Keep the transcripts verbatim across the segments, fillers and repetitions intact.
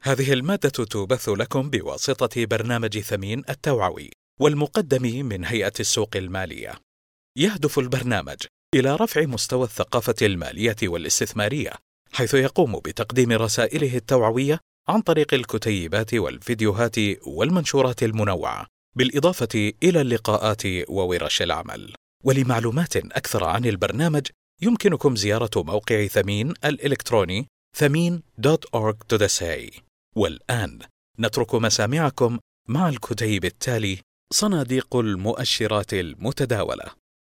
هذه المادة تبث لكم بواسطة برنامج ثمين التوعوي والمقدم من هيئة السوق المالية. يهدف البرنامج إلى رفع مستوى الثقافة المالية والاستثمارية، حيث يقوم بتقديم رسائله التوعوية عن طريق الكتيبات والفيديوهات والمنشورات المنوعة، بالإضافة إلى اللقاءات وورش العمل. ولمعلومات أكثر عن البرنامج يمكنكم زيارة موقع ثمين الإلكتروني ثمين دوت أورج دوت إس إيه. والآن نترك مسامعكم مع الكتيب التالي: صناديق المؤشرات المتداولة.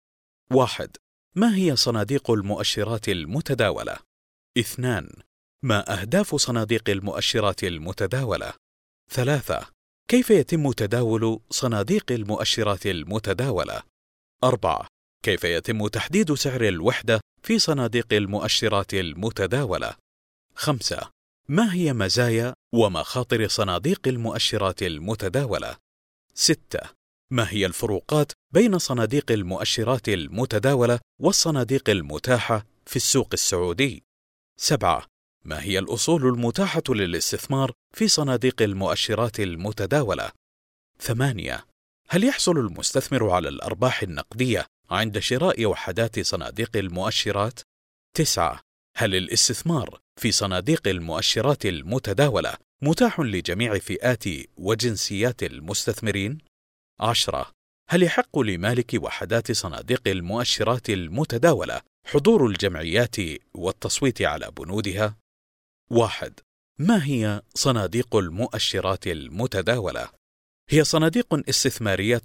واحد. ما هي صناديق المؤشرات المتداولة؟ اثنان. ما أهداف صناديق المؤشرات المتداولة؟ ثلاثة. كيف يتم تداول صناديق المؤشرات المتداولة؟ أربعة. كيف يتم تحديد سعر الوحدة في صناديق المؤشرات المتداولة؟ خمسة. ما هي مزايا ومخاطر صناديق المؤشرات المتداولة؟ ستة. ما هي الفروقات بين صناديق المؤشرات المتداولة والصناديق المتاحة في السوق السعودي؟ سبعة. ما هي الأصول المتاحة للاستثمار في صناديق المؤشرات المتداولة؟ ثمانية. هل يحصل المستثمر على الأرباح النقدية عند شراء وحدات صناديق المؤشرات؟ تسعة. هل الاستثمار في صناديق المؤشرات المتداولة متاح لجميع فئات وجنسيات المستثمرين؟ عشرة. هل يحق لمالك وحدات صناديق المؤشرات المتداولة حضور الجمعيات والتصويت على بنودها؟ واحد. ما هي صناديق المؤشرات المتداولة؟ هي صناديق استثمارية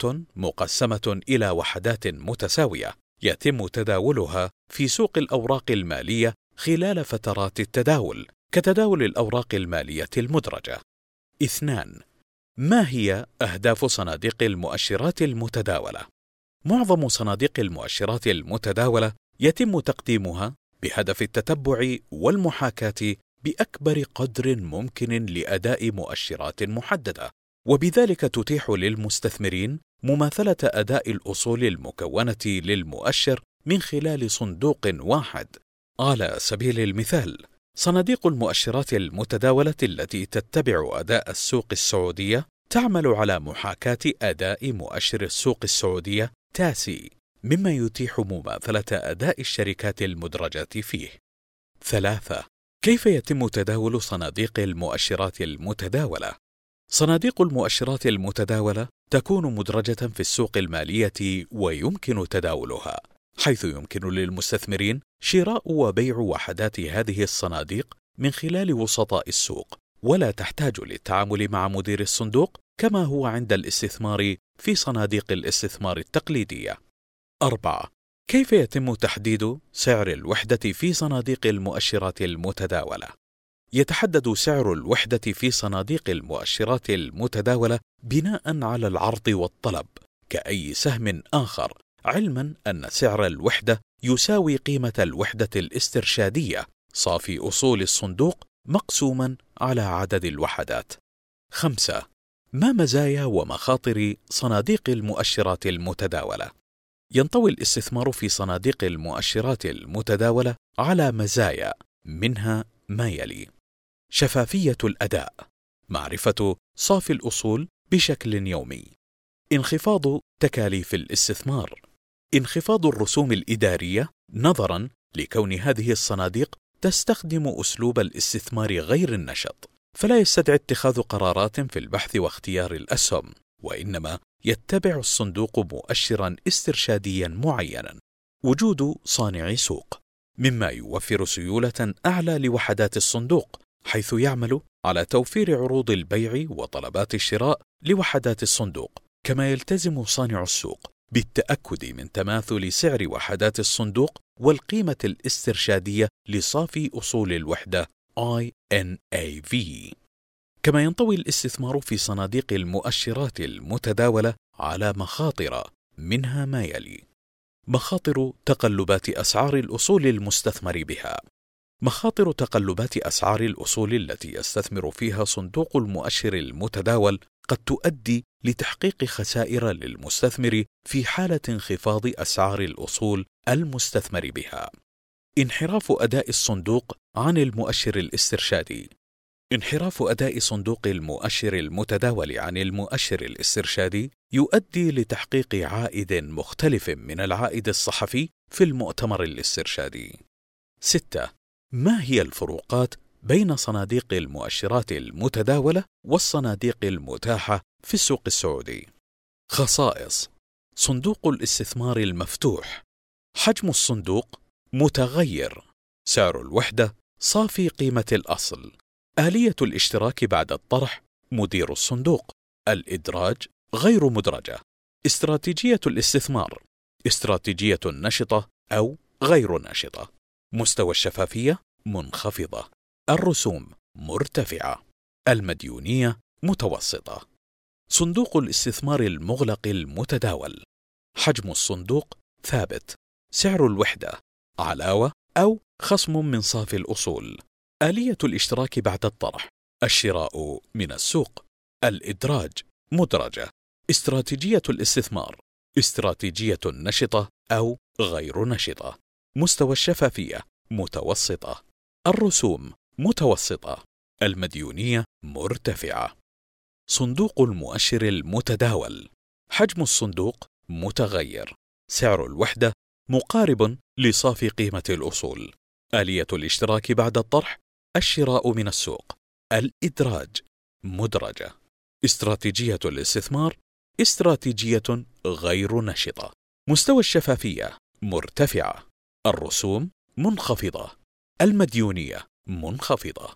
مقسمة إلى وحدات متساوية يتم تداولها في سوق الأوراق المالية خلال فترات التداول، كتداول الأوراق المالية المدرجة. اثنان. ما هي أهداف صناديق المؤشرات المتداولة؟ معظم صناديق المؤشرات المتداولة يتم تقديمها بهدف التتبع والمحاكاة بأكبر قدر ممكن لأداء مؤشرات محددة، وبذلك تتيح للمستثمرين مماثلة أداء الأصول المكونة للمؤشر من خلال صندوق واحد. على سبيل المثال، صناديق المؤشرات المتداولة التي تتبع أداء السوق السعودية تعمل على محاكاة أداء مؤشر السوق السعودية تاسي، مما يتيح مماثلة أداء الشركات المدرجة فيه. ثلاثة. كيف يتم تداول صناديق المؤشرات المتداولة؟ صناديق المؤشرات المتداولة تكون مدرجة في السوق المالية ويمكن تداولها، حيث يمكن للمستثمرين شراء وبيع وحدات هذه الصناديق من خلال وسطاء السوق، ولا تحتاج للتعامل مع مدير الصندوق كما هو عند الاستثمار في صناديق الاستثمار التقليدية. أربعة. كيف يتم تحديد سعر الوحدة في صناديق المؤشرات المتداولة؟ يتحدد سعر الوحدة في صناديق المؤشرات المتداولة بناء على العرض والطلب كأي سهم آخر، علما أن سعر الوحدة يساوي قيمة الوحدة الاسترشادية صافي أصول الصندوق مقسوما على عدد الوحدات. خمسة. ما مزايا ومخاطر صناديق المؤشرات المتداولة؟ ينطوي الاستثمار في صناديق المؤشرات المتداولة على مزايا، منها ما يلي: شفافية الأداء، معرفة صافي الأصول بشكل يومي، انخفاض تكاليف الاستثمار، انخفاض الرسوم الإدارية نظراً لكون هذه الصناديق تستخدم أسلوب الاستثمار غير النشط، فلا يستدعي اتخاذ قرارات في البحث واختيار الأسهم، وإنما يتبع الصندوق مؤشراً استرشادياً معيناً. وجود صانع سوق، مما يوفر سيولة أعلى لوحدات الصندوق، حيث يعمل على توفير عروض البيع وطلبات الشراء لوحدات الصندوق، كما يلتزم صانع السوق بالتأكد من تماثل سعر وحدات الصندوق والقيمة الاسترشادية لصافي أصول الوحدة آي إن إيه في. كما ينطوي الاستثمار في صناديق المؤشرات المتداولة على مخاطر، منها ما يلي: مخاطر تقلبات أسعار الأصول المستثمر بها. مخاطر تقلبات أسعار الأصول التي يستثمر فيها صندوق المؤشر المتداول قد تؤدي لتحقيق خسائر للمستثمر في حالة انخفاض أسعار الأصول المستثمر بها. انحراف أداء الصندوق عن المؤشر الاسترشادي. انحراف أداء صندوق المؤشر المتداول عن المؤشر الاسترشادي يؤدي لتحقيق عائد مختلف من العائد الصحفي في المؤتمر الاسترشادي. ستة. ما هي الفروقات بين صناديق المؤشرات المتداولة والصناديق المتاحة في السوق السعودي؟ خصائص: صندوق الاستثمار المفتوح، حجم الصندوق متغير، سعر الوحدة صافي قيمة الأصل، آلية الاشتراك بعد الطرح مدير الصندوق، الإدراج غير مدرجة، استراتيجية الاستثمار استراتيجية نشطة أو غير نشطة، مستوى الشفافية منخفضة، الرسوم مرتفعة، المديونية متوسطة. صندوق الاستثمار المغلق المتداول، حجم الصندوق ثابت، سعر الوحدة علاوة أو خصم من صافي الأصول، آلية الاشتراك بعد الطرح الشراء من السوق، الإدراج مدرجة، استراتيجية الاستثمار استراتيجية نشطة أو غير نشطة، مستوى الشفافية متوسطة، الرسوم متوسطة، المديونية مرتفعة. صندوق المؤشر المتداول، حجم الصندوق متغير، سعر الوحدة مقارب لصافي قيمة الأصول، آلية الاشتراك بعد الطرح الشراء من السوق، الإدراج مدرجة، استراتيجية الاستثمار استراتيجية غير نشطة، مستوى الشفافية مرتفعة، الرسوم منخفضة، المديونية منخفضة.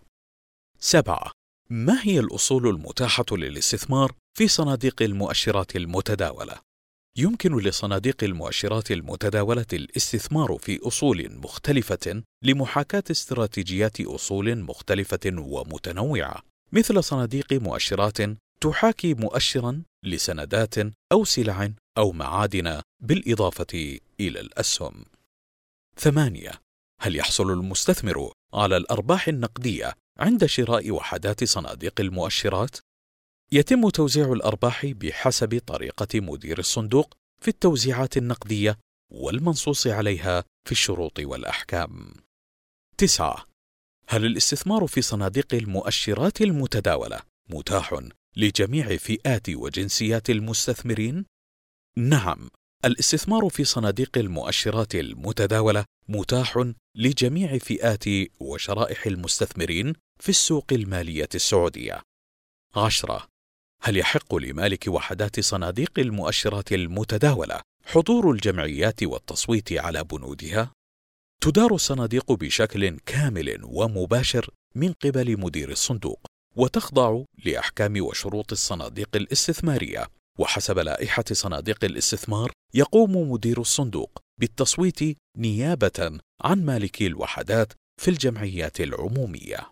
سبعة. ما هي الأصول المتاحة للاستثمار في صناديق المؤشرات المتداولة؟ يمكن لصناديق المؤشرات المتداولة الاستثمار في أصول مختلفة لمحاكاة استراتيجيات أصول مختلفة ومتنوعة، مثل صناديق مؤشرات تحاكي مؤشرا لسندات أو سلع أو معادن بالإضافة إلى الأسهم. ثمانية. هل يحصل المستثمر على الأرباح النقدية عند شراء وحدات صناديق المؤشرات؟ يتم توزيع الأرباح بحسب طريقة مدير الصندوق في التوزيعات النقدية والمنصوص عليها في الشروط والأحكام. تسعة. هل الاستثمار في صناديق المؤشرات المتداولة متاح لجميع فئات وجنسيات المستثمرين؟ نعم، الاستثمار في صناديق المؤشرات المتداولة متاح لجميع فئات وشرائح المستثمرين في السوق المالية السعودية. عشرة. هل يحق لمالك وحدات صناديق المؤشرات المتداولة حضور الجمعيات والتصويت على بنودها؟ تدار الصناديق بشكل كامل ومباشر من قبل مدير الصندوق، وتخضع لأحكام وشروط الصناديق الاستثمارية، وحسب لائحة صناديق الاستثمار يقوم مدير الصندوق بالتصويت نيابة عن مالكي الوحدات في الجمعيات العمومية.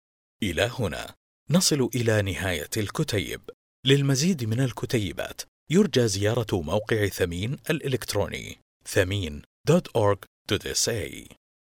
إلى هنا نصل إلى نهاية الكتيب. للمزيد من الكتيبات يرجى زيارة موقع ثمين الإلكتروني ثمين دوت أورج دوت إس إيه.